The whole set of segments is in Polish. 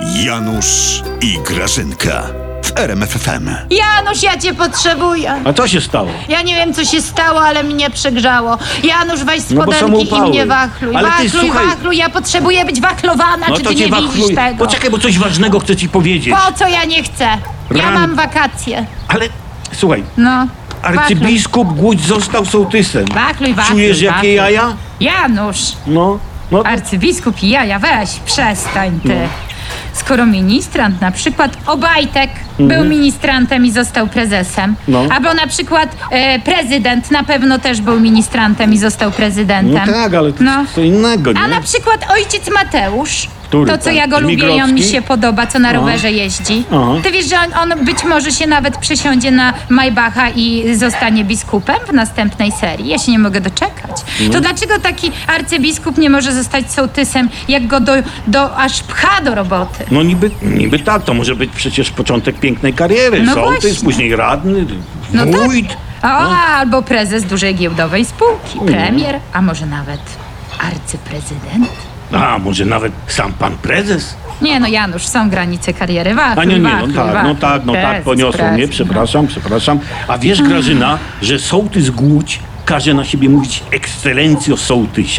Janusz i Grażynka w RMF FM. Janusz, ja cię potrzebuję. A co się stało? Ja nie wiem, co się stało, ale mnie przegrzało. Janusz, weź No bo spodenki i samoupały. mnie wachluj. Ale ty, słuchaj- Wachluj, ja potrzebuję być wachlowana, No czy to ty cię nie widzisz wachluj. tego? Poczekaj, bo coś ważnego chcę ci powiedzieć. Po co ja nie chcę? Ja Ran- mam wakacje. Ale słuchaj, No. arcybiskup Głódź został sołtysem. Wachluj. Czujesz jakie wachluj. jaja? Janusz, No. arcybiskup i jaja, weź, przestań ty. Skoro ministrant, na przykład Obajtek był ministrantem i został prezesem, No. albo na przykład prezydent na pewno też był ministrantem i został prezydentem. No tak, ale to No. co innego, nie? A na przykład ojciec Mateusz, Który to co tam? ja go lubię i on mi Zmigrodzki? się podoba, co na rowerze jeździ. Aha. Ty wiesz, że on być może się nawet przesiądzie na Maybacha i zostanie biskupem w następnej serii. Ja się nie mogę doczekać. No. To dlaczego taki arcybiskup nie może zostać sołtysem, jak go aż pcha do roboty? No niby tak, to może być przecież początek pięknej kariery. No Sołtys, właśnie. później radny, No tak. wójt. Albo prezes dużej giełdowej spółki, premier, a może nawet arcyprezydent? A może nawet sam pan prezes? Nie no, Janusz, są granice kariery. A nie, no tak, poniosło mnie, przepraszam. A wiesz, Grażyna, że sołtys Głódź każe na siebie mówić ekscelencjo sołtysie?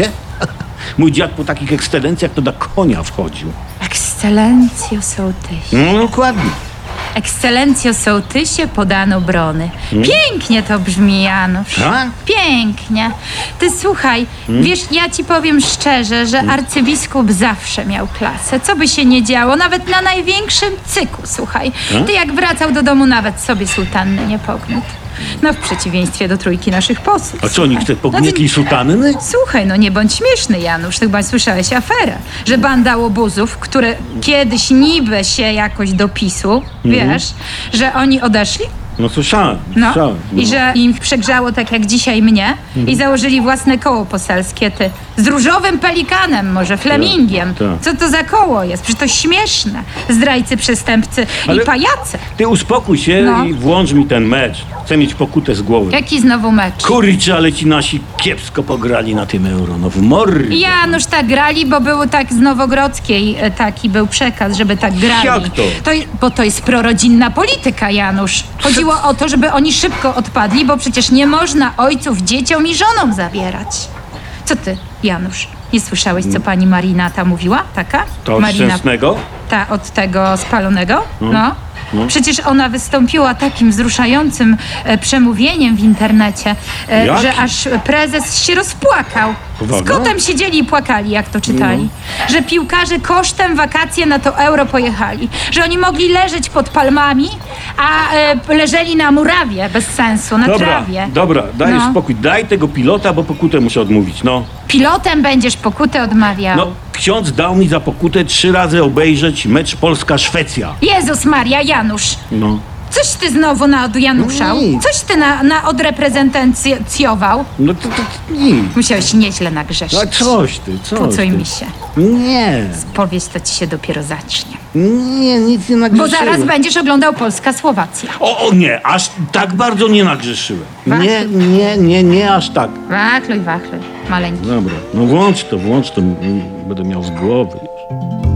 Mój dziad po takich ekscelencjach to na konia wchodził. Ekscelencjo sołtysie. No dokładnie. Ekscelencjo sołtysie podano brony. Pięknie to brzmi, Janusz. Tak? Pięknie. Ty słuchaj, wiesz, ja ci powiem szczerze, że arcybiskup zawsze miał klasę. Co by się nie działo, nawet na największym cyku, słuchaj. Ty jak wracał do domu, nawet sobie sutanny nie pogniótł. No w przeciwieństwie do trójki naszych posłów. A co, oni wtedy No pognietli sutanny? Słuchaj, no nie bądź śmieszny, Janusz. Ty chyba słyszałeś aferę, że banda łobuzów, które kiedyś niby się jakoś do PiS-u, wiesz, że oni odeszli, No słyszałem. no, i że im przegrzało tak jak dzisiaj mnie i założyli własne koło poselskie, ty. Z różowym pelikanem, może flemingiem. Tak, tak. Co to za koło jest? Przecież to śmieszne. Zdrajcy, przestępcy Ale- i pajace. Ty uspokój się No. i włącz mi ten mecz. Chcę mieć pokutę z głowy. Jaki znowu mecz? Kurczę, ale ci nasi kiepsko pograli na tym euro. No w mordę. Janusz, tak grali, bo był tak z Nowogrodzkiej, taki był przekaz, żeby tak grali. Jak to? Bo to jest prorodzinna polityka, Janusz. Chodziło o to, żeby oni szybko odpadli, bo przecież nie można ojców dzieciom i żonom zabierać. Co ty, Janusz, nie słyszałeś, co pani Marinata mówiła? Taka? To od Szczęsnego? Ta od tego spalonego? No. Przecież ona wystąpiła takim wzruszającym przemówieniem w internecie, Jakim? że aż prezes się rozpłakał. Z Poważnie? kotem siedzieli i płakali, jak to czytali. Że piłkarze kosztem wakacje na to euro pojechali. Że oni mogli leżeć pod palmami, a leżeli na murawie bez sensu, na trawie. Dobra, daj No. spokój. Daj tego pilota, bo pokutę muszę odmówić. No. Pilotem będziesz pokutę odmawiał. No, ksiądz dał mi za pokutę 3 razy obejrzeć mecz Polska-Szwecja. Jezus Maria, Janusz. No. Coś ty znowu naodjanuszał? Nic. Coś ty odreprezencjował? No to nic. Musiałeś nieźle nagrzeszyć. A coś ty, coś Pocuj ty. mi się. Nie, Powieść to ci się dopiero zacznie. nie, nic nie Bo nagrzeszyłem. zaraz będziesz oglądał Polska-Słowacja. O nie, aż tak bardzo nie nagrzeszyłem. Wachluj. Nie aż tak. Wachluj, maleńki. Dobra, no włącz to, będę miał z głowy już.